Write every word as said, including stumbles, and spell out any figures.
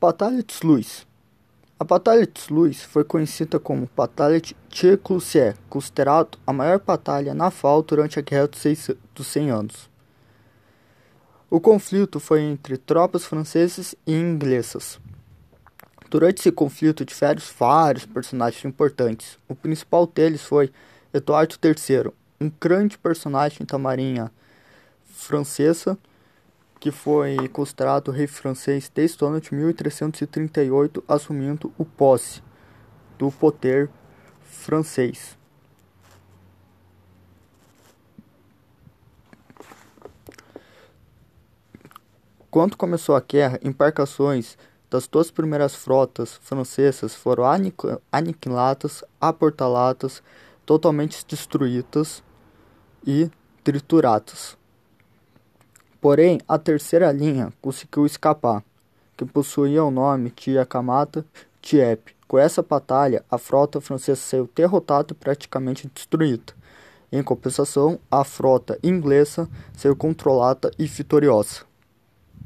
Batalha de Sluis. A Batalha de Sluis foi conhecida como Batalha de Tecumseh, considerado a maior batalha naval durante a Guerra dos Cem Anos. O conflito foi entre tropas francesas e inglesas. Durante esse conflito tiveram vários personagens importantes. O principal deles foi Eduardo terceiro, um grande personagem da marinha francesa, que foi considerado o rei francês desde o ano de mil trezentos e trinta e oito, assumindo o posse do poder francês. Quando começou a guerra, embarcações das duas primeiras frotas francesas foram aniquiladas, aportaladas, totalmente destruídas e trituradas. Porém, a terceira linha conseguiu escapar, que possuía o nome de Yamata Dieppe. Com essa batalha, a frota francesa saiu derrotada e praticamente destruída. Em compensação, a frota inglesa saiu controlada e vitoriosa.